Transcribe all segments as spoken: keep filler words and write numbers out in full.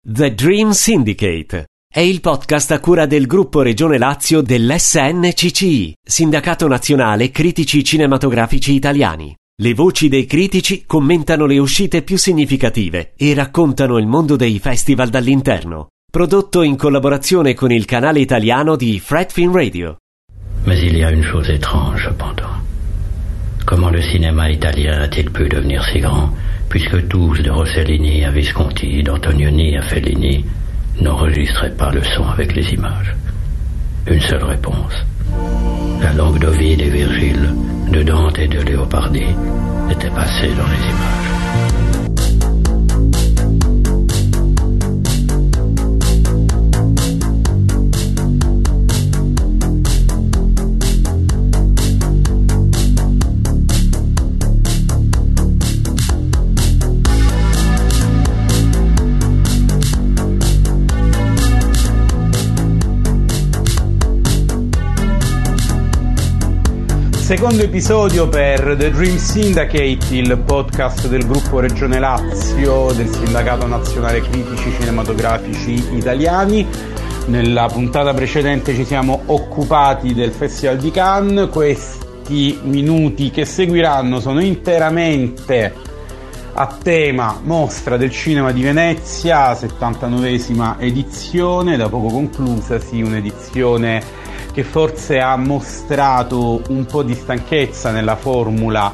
The Dream Syndicate è il podcast a cura del gruppo Regione Lazio dell'S N C C I, Sindacato Nazionale Critici Cinematografici Italiani. Le voci dei critici commentano le uscite più significative e raccontano il mondo dei festival dall'interno. Prodotto in collaborazione con il canale italiano di Fred Film Radio. Mais il y a une chose étrange cependant. Comment le cinéma italien a-t-il pu devenir si grand, puisque tous, de Rossellini à Visconti, d'Antonioni à Fellini, n'enregistraient pas le son avec les images? Une seule réponse. La langue d'Ovide et Virgile, de Dante et de Leopardi, était passée dans les images. Secondo episodio per The Dream Syndicate, il podcast del gruppo Regione Lazio del Sindacato Nazionale Critici Cinematografici Italiani. Nella puntata precedente ci siamo occupati del Festival di Cannes. Questi minuti che seguiranno sono interamente a tema Mostra del Cinema di Venezia, settantanovesima edizione, da poco conclusasi, un'edizione che forse ha mostrato un po' di stanchezza nella formula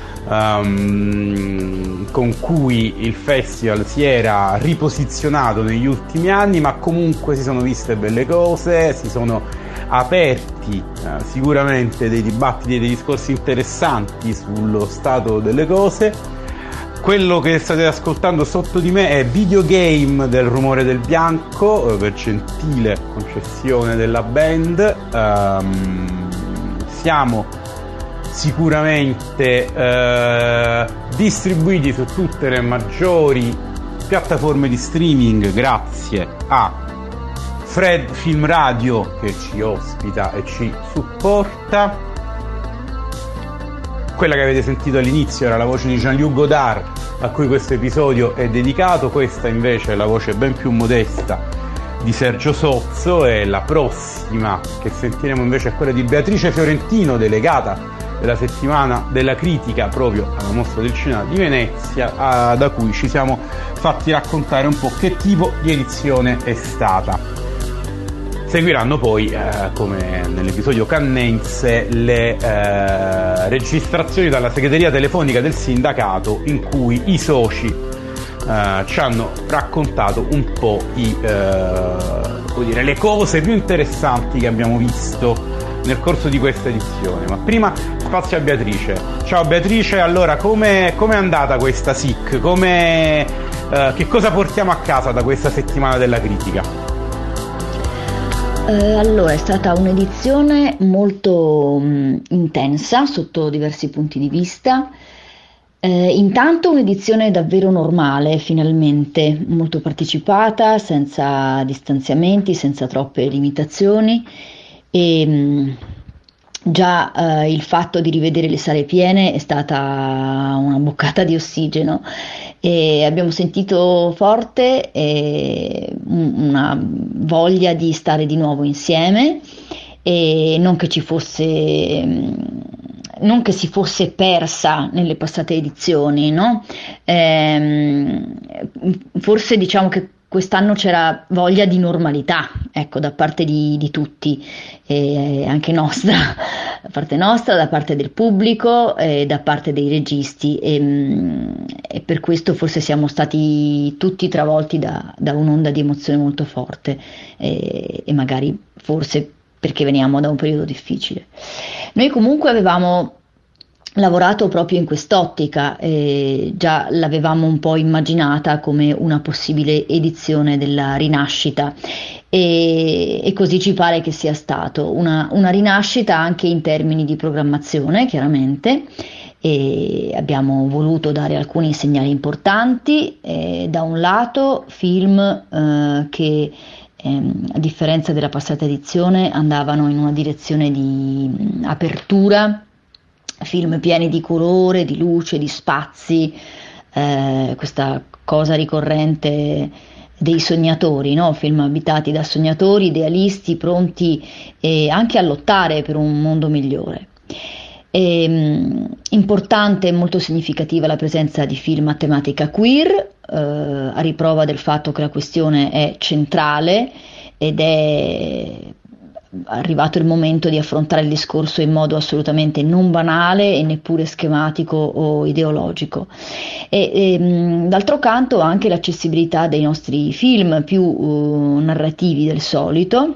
um, con cui il festival si era riposizionato negli ultimi anni, ma comunque si sono viste belle cose, si sono aperti uh, sicuramente dei dibattiti e dei discorsi interessanti sullo stato delle cose. Quello che state ascoltando sotto di me è Videogame del Rumore del Bianco, per gentile concessione della band. Um, siamo sicuramente uh, distribuiti su tutte le maggiori piattaforme di streaming grazie a Fred Film Radio, che ci ospita e ci supporta. Quella che avete sentito all'inizio era la voce di Jean-Luc Godard, a cui questo episodio è dedicato. Questa invece è la voce ben più modesta di Sergio Sozzo, e la prossima che sentiremo invece è quella di Beatrice Fiorentino, delegata della settimana della critica proprio alla Mostra del Cinema di Venezia, a, da cui ci siamo fatti raccontare un po' che tipo di edizione è stata. Seguiranno poi, eh, come nell'episodio cannense, le eh, registrazioni dalla segreteria telefonica del sindacato, in cui i soci eh, ci hanno raccontato un po' i, eh, come dire, le cose più interessanti che abbiamo visto nel corso di questa edizione. Ma prima spazio a Beatrice. Ciao Beatrice, allora come è andata questa S I C? Come, eh, che cosa portiamo a casa da questa settimana della critica? Eh, allora, è stata un'edizione molto mh, intensa sotto diversi punti di vista. Eh, intanto un'edizione davvero normale, finalmente, molto partecipata, senza distanziamenti, senza troppe limitazioni, e mh, già eh, il fatto di rivedere le sale piene è stata una boccata di ossigeno, e abbiamo sentito forte eh, una voglia di stare di nuovo insieme, e non che ci fosse non che si fosse persa nelle passate edizioni, no? Ehm, forse diciamo che quest'anno c'era voglia di normalità, ecco, da parte di, di tutti, eh, anche nostra, da parte nostra, da parte del pubblico, e da parte dei registi, e, e per questo forse siamo stati tutti travolti da, da un'onda di emozione molto forte, e, e magari forse perché veniamo da un periodo difficile. Noi comunque avevamo lavorato proprio in quest'ottica, eh, già l'avevamo un po' immaginata come una possibile edizione della rinascita, e, e così ci pare che sia stato una, una rinascita anche in termini di programmazione, chiaramente, e abbiamo voluto dare alcuni segnali importanti, eh, da un lato film eh, che ehm, a differenza della passata edizione andavano in una direzione di mh, apertura, film pieni di colore, di luce, di spazi, eh, questa cosa ricorrente dei sognatori, no? Film abitati da sognatori, idealisti, pronti eh, anche a lottare per un mondo migliore. È mh, importante e molto significativa la presenza di film a tematica queer, eh, a riprova del fatto che la questione è centrale ed è arrivato il momento di affrontare il discorso in modo assolutamente non banale e neppure schematico o ideologico. E, e d'altro canto anche l'accessibilità dei nostri film più uh, narrativi del solito,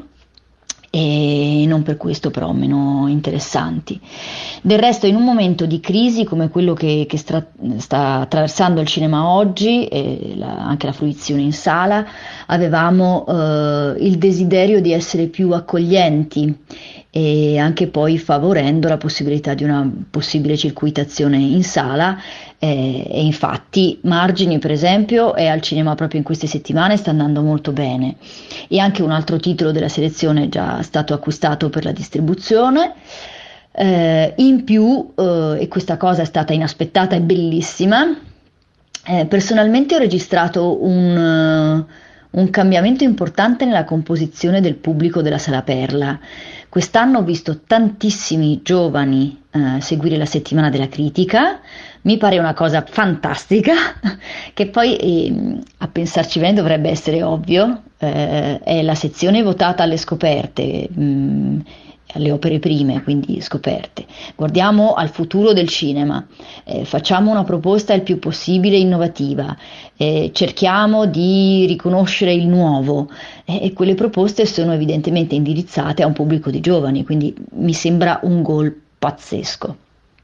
e non per questo però meno interessanti. Del resto, in un momento di crisi come quello che, che stra- sta attraversando il cinema oggi, e la, anche la fruizione in sala, avevamo eh, il desiderio di essere più accoglienti e anche poi favorendo la possibilità di una possibile circuitazione in sala. Eh, e infatti Margini, per esempio, è al cinema proprio in queste settimane, sta andando molto bene, e anche un altro titolo della selezione è già stato acquistato per la distribuzione. Eh, in più, eh, e questa cosa è stata inaspettata e bellissima, eh, personalmente ho registrato un, uh, un cambiamento importante nella composizione del pubblico della Sala Perla. Quest'anno ho visto tantissimi giovani eh, seguire la settimana della critica. Mi pare una cosa fantastica, che poi eh, a pensarci bene dovrebbe essere ovvio, eh, è la sezione votata alle scoperte, mh, alle opere prime, quindi scoperte. Guardiamo al futuro del cinema, eh, facciamo una proposta il più possibile innovativa, eh, cerchiamo di riconoscere il nuovo, eh, e quelle proposte sono evidentemente indirizzate a un pubblico di giovani, quindi mi sembra un gol pazzesco.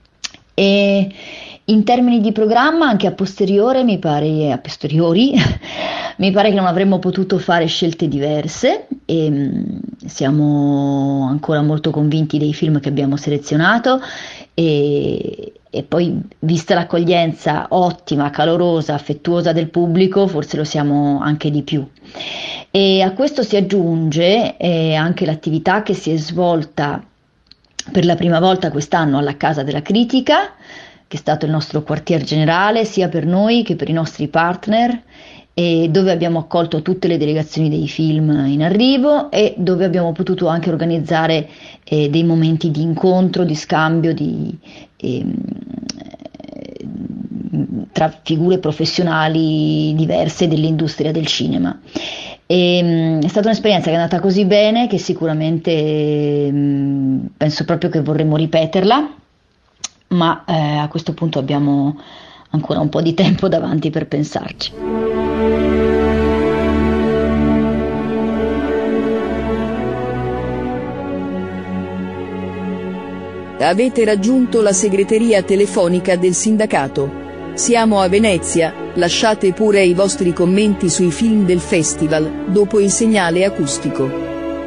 E in termini di programma, anche a posteriore mi pare, a posteriori, mi pare che non avremmo potuto fare scelte diverse, e mh, siamo ancora molto convinti dei film che abbiamo selezionato, e, e poi, vista l'accoglienza ottima, calorosa, affettuosa del pubblico, forse lo siamo anche di più. E a questo si aggiunge eh, anche l'attività che si è svolta per la prima volta quest'anno alla Casa della Critica, che è stato il nostro quartier generale sia per noi che per i nostri partner, e dove abbiamo accolto tutte le delegazioni dei film in arrivo e dove abbiamo potuto anche organizzare eh, dei momenti di incontro, di scambio di, eh, tra figure professionali diverse dell'industria del cinema. E, è stata un'esperienza che è andata così bene che sicuramente mh, penso proprio che vorremmo ripeterla, ma eh, a questo punto abbiamo ancora un po' di tempo davanti per pensarci. Avete raggiunto la segreteria telefonica del sindacato. Siamo a Venezia, lasciate pure i vostri commenti sui film del festival, dopo il segnale acustico.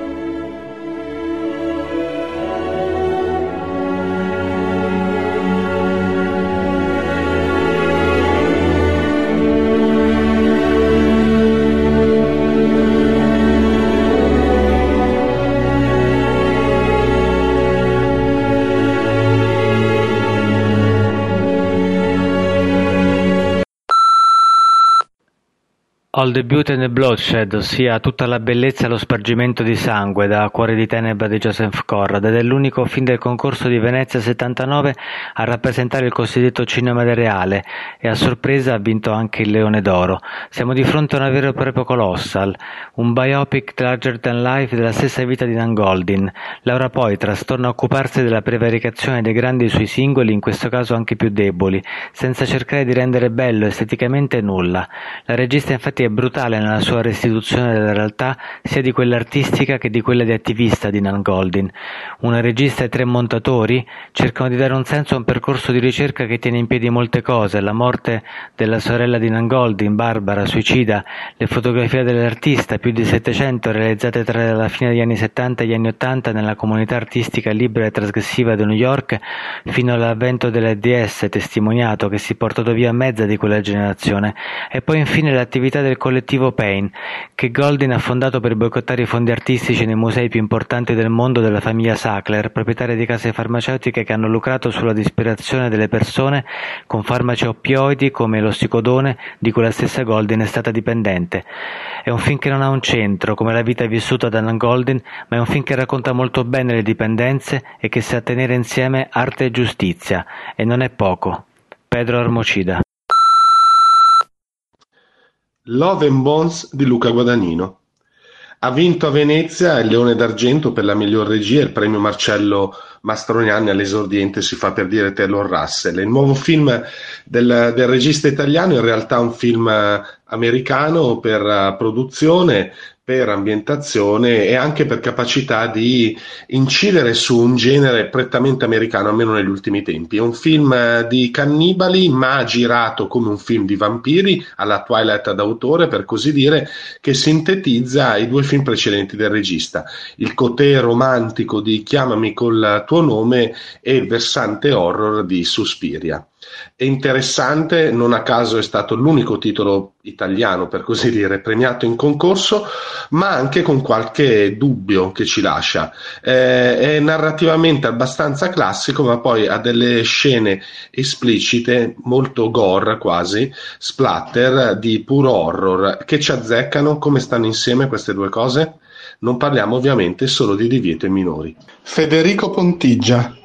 All the Beauty and the Bloodshed, ossia Tutta la bellezza e lo spargimento di sangue, da Cuore di tenebra di Joseph Conrad, ed è l'unico film del concorso di Venezia settantanove a rappresentare il cosiddetto cinema del reale, e a sorpresa ha vinto anche il Leone d'Oro. Siamo di fronte a una vera e propria colossal, un biopic larger than life della stessa vita di Nan Goldin. Laura Poitras torna a occuparsi della prevaricazione dei grandi sui singoli, in questo caso anche più deboli, senza cercare di rendere bello esteticamente nulla. La regista infatti è brutale nella sua restituzione della realtà, sia di quella artistica che di quella di attivista di Nan Goldin. Una regista e tre montatori cercano di dare un senso a un percorso di ricerca che tiene in piedi molte cose: la morte della sorella di Nan Goldin, Barbara, suicida, le fotografie dell'artista, più di settecento, realizzate tra la fine degli anni settanta e gli anni ottanta nella comunità artistica libera e trasgressiva di New York, fino all'avvento dell'AIDS testimoniato, che si è portato via mezza di quella generazione, e poi infine l'attività del del collettivo Pain, che Goldin ha fondato per boicottare i fondi artistici nei musei più importanti del mondo della famiglia Sackler, proprietaria di case farmaceutiche che hanno lucrato sulla disperazione delle persone con farmaci oppioidi come l'ossicodone, di cui la stessa Goldin è stata dipendente. È un film che non ha un centro, come la vita vissuta da Nan Goldin, ma è un film che racconta molto bene le dipendenze e che sa tenere insieme arte e giustizia, e non è poco. Pedro Armocida. Love and Bones di Luca Guadagnino. Ha vinto a Venezia il Leone d'Argento per la miglior regia e il premio Marcello Mastroianni all'esordiente si fa per dire Taylor Russell. Il nuovo film del, del regista italiano, in realtà un film americano per uh, produzione, per ambientazione e anche per capacità di incidere su un genere prettamente americano, almeno negli ultimi tempi. È un film di cannibali, ma girato come un film di vampiri, alla Twilight d'autore, per così dire, che sintetizza i due film precedenti del regista. Il côté romantico di Chiamami col tuo nome e il versante horror di Suspiria. È interessante, non a caso è stato l'unico titolo italiano, per così dire, premiato in concorso, ma anche con qualche dubbio che ci lascia. Eh, è narrativamente abbastanza classico, ma poi ha delle scene esplicite, molto gore quasi, splatter, di puro horror, che ci azzeccano. Come stanno insieme queste due cose? Non parliamo ovviamente solo di Divieto ai minori. Federico Pontigia.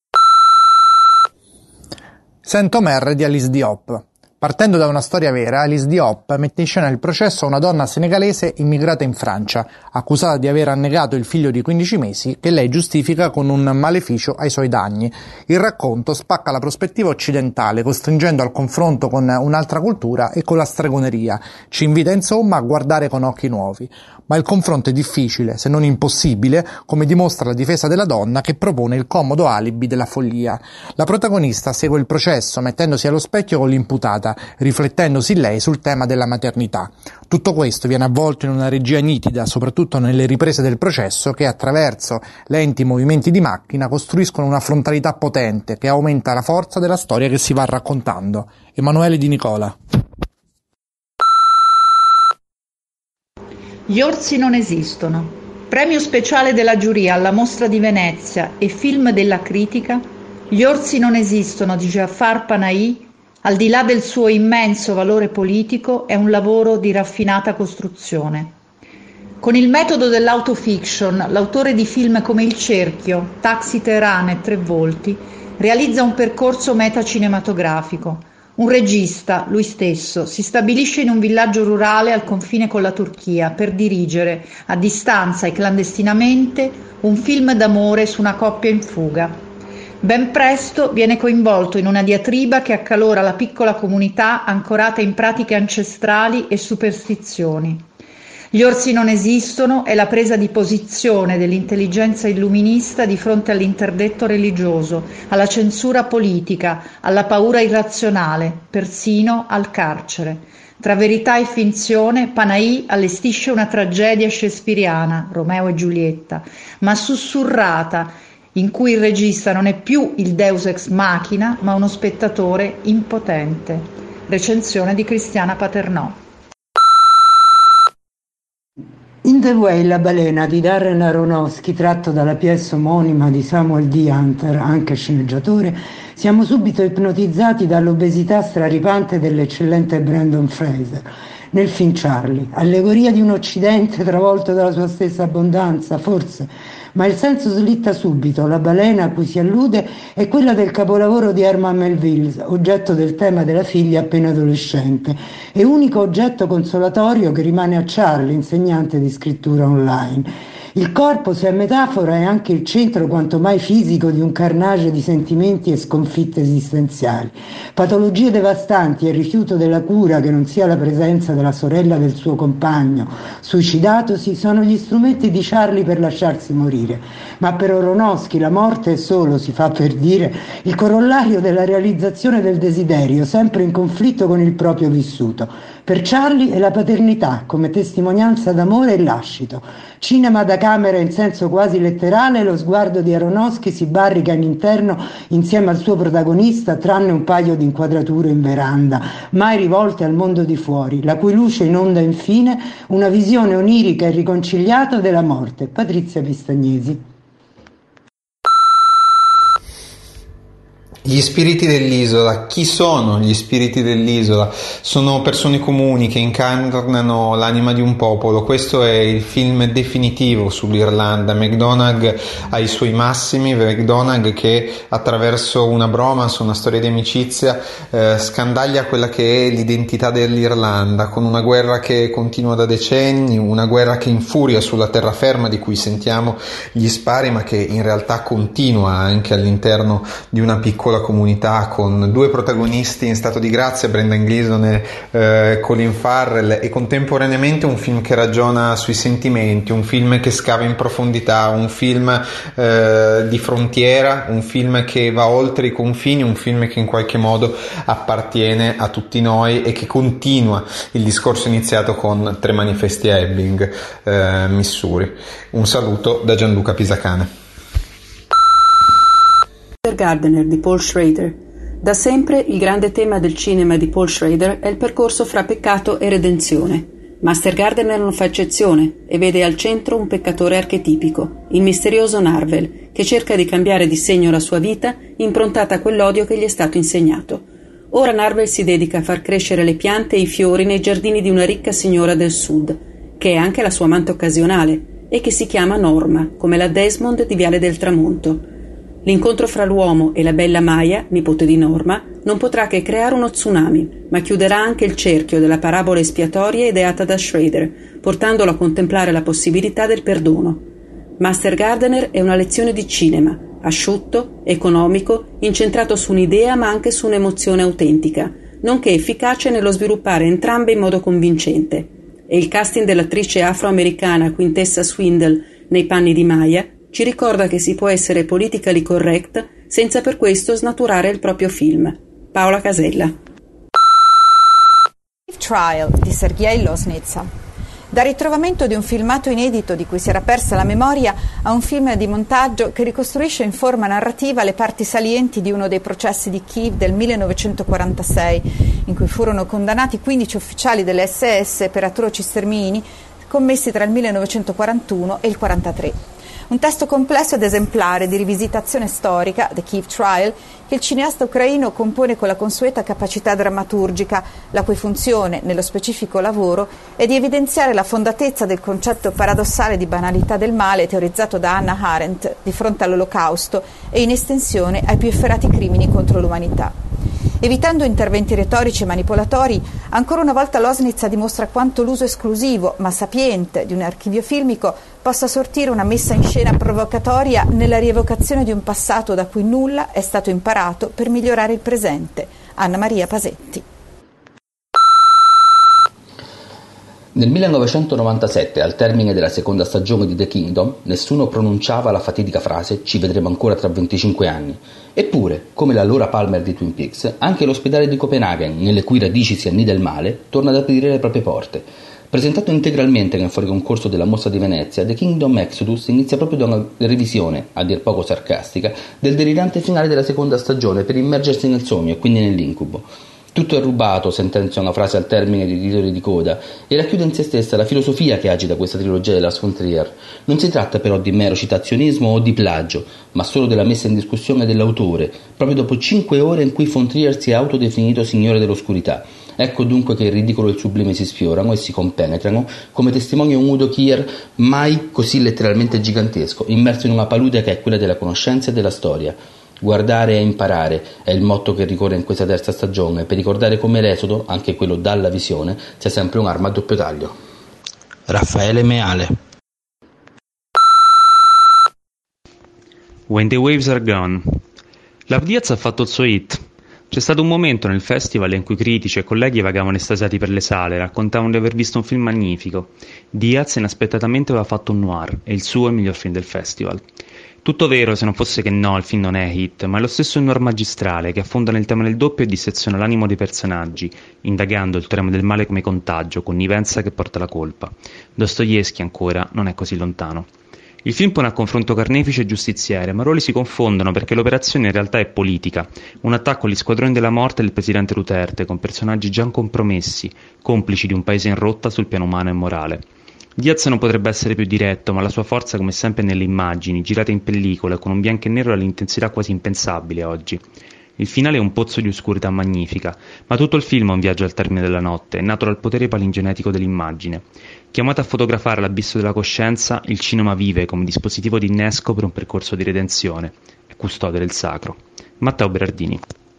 Saint-Omer di Alice Diop. Partendo da una storia vera, Alice Diop mette in scena il processo a una donna senegalese immigrata in Francia, accusata di aver annegato il figlio di quindici mesi che lei giustifica con un maleficio ai suoi danni. Il racconto spacca la prospettiva occidentale, costringendo al confronto con un'altra cultura e con la stregoneria. Ci invita insomma a guardare con occhi nuovi. Ma il confronto è difficile, se non impossibile, come dimostra la difesa della donna che propone il comodo alibi della follia. La protagonista segue il processo mettendosi allo specchio con l'imputata, riflettendosi lei sul tema della maternità. Tutto questo viene avvolto in una regia nitida, soprattutto nelle riprese del processo, che attraverso lenti movimenti di macchina costruiscono una frontalità potente che aumenta la forza della storia che si va raccontando. Emanuele Di Nicola. Gli orsi non esistono. Premio speciale della giuria alla Mostra di Venezia e film della critica. Gli orsi non esistono di Jafar Panahi, al di là del suo immenso valore politico, è un lavoro di raffinata costruzione. Con il metodo dell'autofiction, l'autore di film come Il cerchio, Taxi Teheran e Tre volti realizza un percorso metacinematografico. Un regista, lui stesso, si stabilisce in un villaggio rurale al confine con la Turchia per dirigere, a distanza e clandestinamente, un film d'amore su una coppia in fuga. Ben presto viene coinvolto in una diatriba che accalora la piccola comunità ancorata in pratiche ancestrali e superstizioni. Gli orsi non esistono è la presa di posizione dell'intelligenza illuminista di fronte all'interdetto religioso, alla censura politica, alla paura irrazionale, persino al carcere. Tra verità e finzione, Panahi allestisce una tragedia shakespeariana, Romeo e Giulietta, ma sussurrata, in cui il regista non è più il deus ex machina, ma uno spettatore impotente. Recensione di Cristiana Paternò. In The Whale, la balena di Darren Aronofsky, tratto dalla pièce omonima di Samuel D. Hunter, anche sceneggiatore, siamo subito ipnotizzati dall'obesità straripante dell'eccellente Brendan Fraser. Nel film Charlie, allegoria di un occidente travolto dalla sua stessa abbondanza, forse, ma il senso slitta subito. La balena a cui si allude è quella del capolavoro di Herman Melville, oggetto del tema della figlia appena adolescente, e unico oggetto consolatorio che rimane a Charlie, insegnante di scrittura online. Il corpo, se è metafora, è anche il centro quanto mai fisico di un carnage di sentimenti e sconfitte esistenziali. Patologie devastanti e il rifiuto della cura che non sia la presenza della sorella del suo compagno, suicidatosi, sono gli strumenti di Charlie per lasciarsi morire. Ma per Aronofsky la morte è solo, si fa per dire, il corollario della realizzazione del desiderio, sempre in conflitto con il proprio vissuto. Per Charlie è la paternità come testimonianza d'amore e lascito. Cinema da camera in senso quasi letterale, lo sguardo di Aronofsky si barrica in interno insieme al suo protagonista, tranne un paio di inquadrature in veranda, mai rivolte al mondo di fuori, la cui luce inonda infine una visione onirica e riconciliata della morte. Patrizia Pistagnesi. Gli spiriti dell'isola. Chi sono gli spiriti dell'isola? Sono persone comuni che incarnano l'anima di un popolo. Questo è il film definitivo sull'Irlanda. McDonagh ha i suoi massimi, McDonagh che attraverso una bromance, una storia di amicizia, eh, scandaglia quella che è l'identità dell'Irlanda, con una guerra che continua da decenni, una guerra che infuria sulla terraferma, di cui sentiamo gli spari, ma che in realtà continua anche all'interno di una piccola comunità, con due protagonisti in stato di grazia, Brendan Gleeson e eh, Colin Farrell, e contemporaneamente un film che ragiona sui sentimenti, un film che scava in profondità, un film eh, di frontiera, un film che va oltre i confini, un film che in qualche modo appartiene a tutti noi e che continua il discorso iniziato con Tre manifesti a Ebbing, eh, Missouri. Un saluto da Gianluca Pisacane. Gardener di Paul Schrader. Da sempre il grande tema del cinema di Paul Schrader è il percorso fra peccato e redenzione. Master Gardener non fa eccezione e vede al centro un peccatore archetipico, il misterioso Narvel, che cerca di cambiare di segno la sua vita improntata a quell'odio che gli è stato insegnato. Ora Narvel si dedica a far crescere le piante e i fiori nei giardini di una ricca signora del sud, che è anche la sua amante occasionale e che si chiama Norma, come la Desmond di Viale del Tramonto. L'incontro fra l'uomo e la bella Maya, nipote di Norma, non potrà che creare uno tsunami, ma chiuderà anche il cerchio della parabola espiatoria ideata da Schrader, portandolo a contemplare la possibilità del perdono. Master Gardener è una lezione di cinema, asciutto, economico, incentrato su un'idea ma anche su un'emozione autentica, nonché efficace nello sviluppare entrambe in modo convincente. E il casting dell'attrice afroamericana Quintessa Swindle nei panni di Maya ci ricorda che si può essere politically correct senza per questo snaturare il proprio film. Paola Casella. Trial di Sergej Loznitsa. Dal ritrovamento di un filmato inedito di cui si era persa la memoria a un film di montaggio che ricostruisce in forma narrativa le parti salienti di uno dei processi di Kiev del millenovecentoquarantasei, in cui furono condannati quindici ufficiali dell'esse esse per atroci stermini commessi tra il millenovecentoquarantuno e il quarantatré. Un testo complesso ed esemplare di rivisitazione storica, The Kiev Trial, che il cineasta ucraino compone con la consueta capacità drammaturgica, la cui funzione, nello specifico lavoro, è di evidenziare la fondatezza del concetto paradossale di banalità del male teorizzato da Hannah Arendt di fronte all'Olocausto e in estensione ai più efferati crimini contro l'umanità. Evitando interventi retorici e manipolatori, ancora una volta Loznitsa dimostra quanto l'uso esclusivo, ma sapiente, di un archivio filmico possa sortire una messa in scena provocatoria nella rievocazione di un passato da cui nulla è stato imparato per migliorare il presente. Anna Maria Pasetti. Nel millenovecentonovantasette, al termine della seconda stagione di The Kingdom, nessuno pronunciava la fatidica frase «ci vedremo ancora tra venticinque anni». Eppure, come la Laura Palmer di Twin Peaks, anche l'ospedale di Copenaghen, nelle cui radici si annida il male, torna ad aprire le proprie porte. Presentato integralmente nel fuoriconcorso della Mostra di Venezia, The Kingdom Exodus inizia proprio da una revisione, a dir poco sarcastica, del delirante finale della seconda stagione per immergersi nel sogno e quindi nell'incubo. Tutto è rubato, sentenzia una frase al termine dei titoli di coda, e racchiude in se stessa la filosofia che agita questa trilogia di Lars von Trier. Non si tratta però di mero citazionismo o di plagio, ma solo della messa in discussione dell'autore, proprio dopo cinque ore in cui von Trier si è autodefinito signore dell'oscurità. Ecco dunque che il ridicolo e il sublime si sfiorano e si compenetrano, come testimonia un Udo Kier mai così letteralmente gigantesco, immerso in una palude che è quella della conoscenza e della storia. Guardare e imparare è il motto che ricorre in questa terza stagione, per ricordare come l'esodo, anche quello dalla visione, sia sempre un'arma a doppio taglio. Raffaele Meale. When the Waves Are Gone. Love Diaz ha fatto il suo hit. C'è stato un momento nel festival in cui critici e colleghi vagavano estasiati per le sale, raccontavano di aver visto un film magnifico. Diaz inaspettatamente aveva fatto un noir, e il suo è il miglior film del festival. Tutto vero se non fosse che no, il film non è hit, ma è lo stesso un noir magistrale che affonda nel tema del doppio e disseziona l'animo dei personaggi, indagando il teorema del male come contagio, connivenza che porta la colpa. Dostoevskij ancora non è così lontano. Il film pone a confronto carnefice e giustiziere, ma i ruoli si confondono perché l'operazione in realtà è politica, un attacco agli squadroni della morte del presidente Duterte, con personaggi già compromessi, complici di un paese in rotta sul piano umano e morale. Diaz non potrebbe essere più diretto, ma la sua forza come sempre nelle immagini, girate in pellicola, con un bianco e nero dall'intensità quasi impensabile oggi. Il finale è un pozzo di oscurità magnifica, ma tutto il film è un viaggio al termine della notte, è nato dal potere palingenetico dell'immagine. Chiamato a fotografare l'abisso della coscienza, il cinema vive come dispositivo di innesco per un percorso di redenzione. È custode del sacro. Matteo Berardini.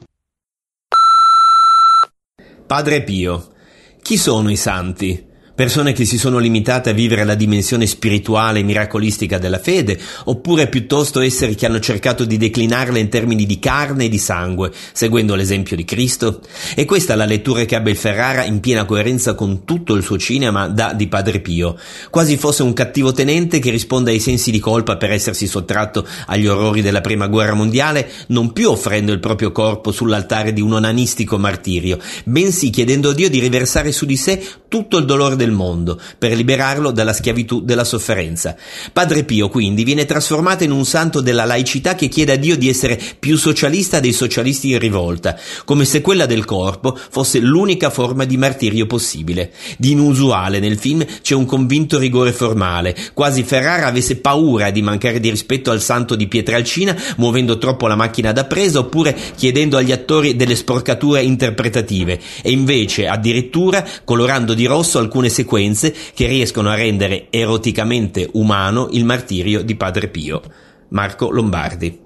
Padre Pio. Chi sono i santi? Persone che si sono limitate a vivere la dimensione spirituale e miracolistica della fede, oppure piuttosto esseri che hanno cercato di declinarla in termini di carne e di sangue, seguendo l'esempio di Cristo? E questa è la lettura che Abel Ferrara, in piena coerenza con tutto il suo cinema, dà di Padre Pio, quasi fosse un cattivo tenente che risponde ai sensi di colpa per essersi sottratto agli orrori della prima guerra mondiale, non più offrendo il proprio corpo sull'altare di un onanistico martirio, bensì chiedendo a Dio di riversare su di sé tutto il dolore del mondo per liberarlo dalla schiavitù della sofferenza. Padre Pio quindi viene trasformato in un santo della laicità che chiede a Dio di essere più socialista dei socialisti in rivolta, come se quella del corpo fosse l'unica forma di martirio possibile. Di inusuale nel film c'è un convinto rigore formale, quasi Ferrara avesse paura di mancare di rispetto al santo di Pietralcina, muovendo troppo la macchina da presa oppure chiedendo agli attori delle sporcature interpretative, e invece addirittura colorando di rosso alcune sequenze che riescono a rendere eroticamente umano il martirio di Padre Pio. Marco Lombardi.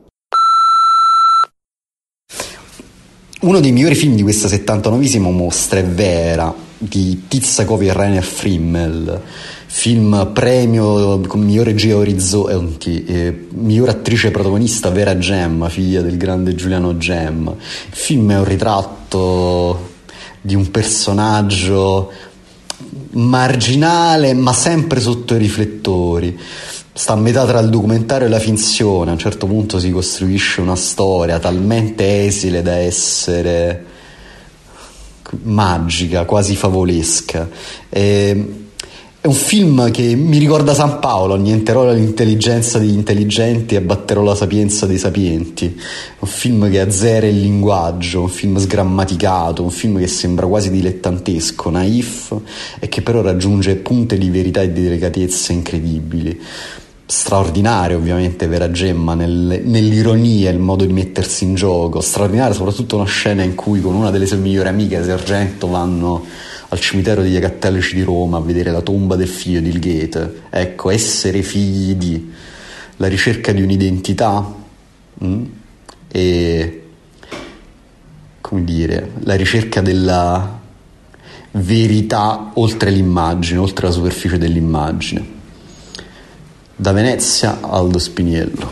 Uno dei migliori film di questa settantanovesima mostra è Vera di Tizakov e Rainer Frimmel, film premio con miglior regia Orizzonti, eh, miglior attrice protagonista Vera Gemma, figlia del grande Giuliano Gemma. Il film è un ritratto di un personaggio marginale ma sempre sotto i riflettori, sta a metà tra il documentario e la finzione. A un certo punto si costruisce una storia talmente esile da essere magica, quasi favolesca. E è un film che mi ricorda San Paolo: annienterò l'intelligenza degli intelligenti e abbatterò la sapienza dei sapienti. È un film che azzera il linguaggio, un film sgrammaticato, un film che sembra quasi dilettantesco, naif, e che però raggiunge punte di verità e di delicatezza incredibili. Straordinario ovviamente Vera Gemma nel, nell'ironia, il modo di mettersi in gioco. Straordinaria soprattutto una scena in cui con una delle sue migliori amiche, Sergento, vanno al cimitero degli Cattolici di Roma a vedere la tomba del figlio di Goethe. Ecco, essere figli di, la ricerca di un'identità mh? e, come dire, la ricerca della verità oltre l'immagine, oltre la superficie dell'immagine. Da Venezia, Aldo Spiniello.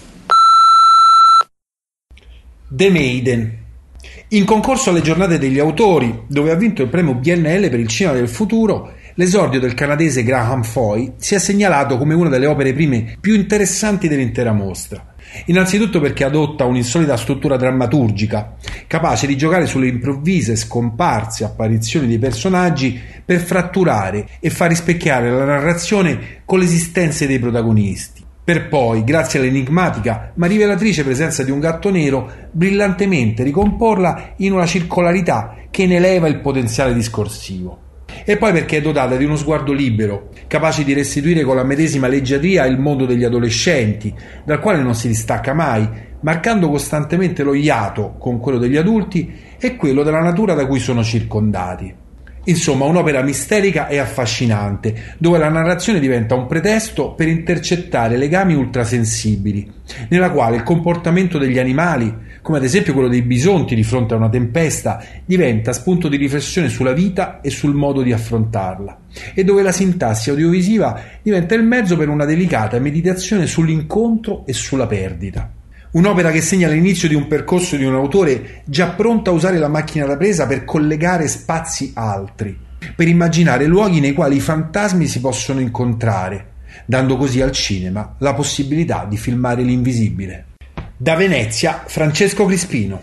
The Maiden. In concorso alle giornate degli autori, dove ha vinto il premio B N L per il cinema del futuro, l'esordio del canadese Graham Foy si è segnalato come una delle opere prime più interessanti dell'intera mostra. Innanzitutto perché adotta un'insolita struttura drammaturgica, capace di giocare sulle improvvise scomparse apparizioni dei personaggi per fratturare e far rispecchiare la narrazione con le esistenze dei protagonisti, per poi, grazie all'enigmatica ma rivelatrice presenza di un gatto nero, brillantemente ricomporla in una circolarità che ne eleva il potenziale discorsivo. E poi perché è dotata di uno sguardo libero, capace di restituire con la medesima leggiadria il mondo degli adolescenti, dal quale non si distacca mai, marcando costantemente lo iato con quello degli adulti e quello della natura da cui sono circondati. Insomma, un'opera misterica e affascinante, dove la narrazione diventa un pretesto per intercettare legami ultrasensibili, nella quale il comportamento degli animali, come ad esempio quello dei bisonti di fronte a una tempesta, diventa spunto di riflessione sulla vita e sul modo di affrontarla, e dove la sintassi audiovisiva diventa il mezzo per una delicata meditazione sull'incontro e sulla perdita. Un'opera che segna l'inizio di un percorso di un autore già pronto a usare la macchina da presa per collegare spazi altri, per immaginare luoghi nei quali i fantasmi si possono incontrare, dando così al cinema la possibilità di filmare l'invisibile. Da Venezia, Francesco Crispino.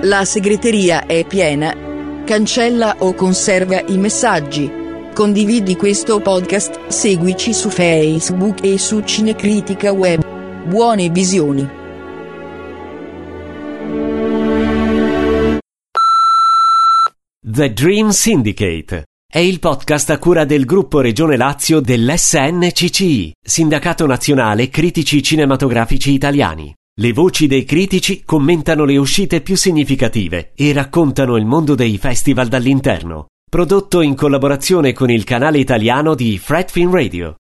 La segreteria è piena. Cancella o conserva i messaggi. Condividi questo podcast, seguici su Facebook e su Cinecritica Web. Buone visioni. The Dream Syndicate è il podcast a cura del gruppo Regione Lazio dell'S N C C I, Sindacato Nazionale Critici Cinematografici Italiani. Le voci dei critici commentano le uscite più significative e raccontano il mondo dei festival dall'interno. Prodotto in collaborazione con il canale italiano di Fred Film Radio.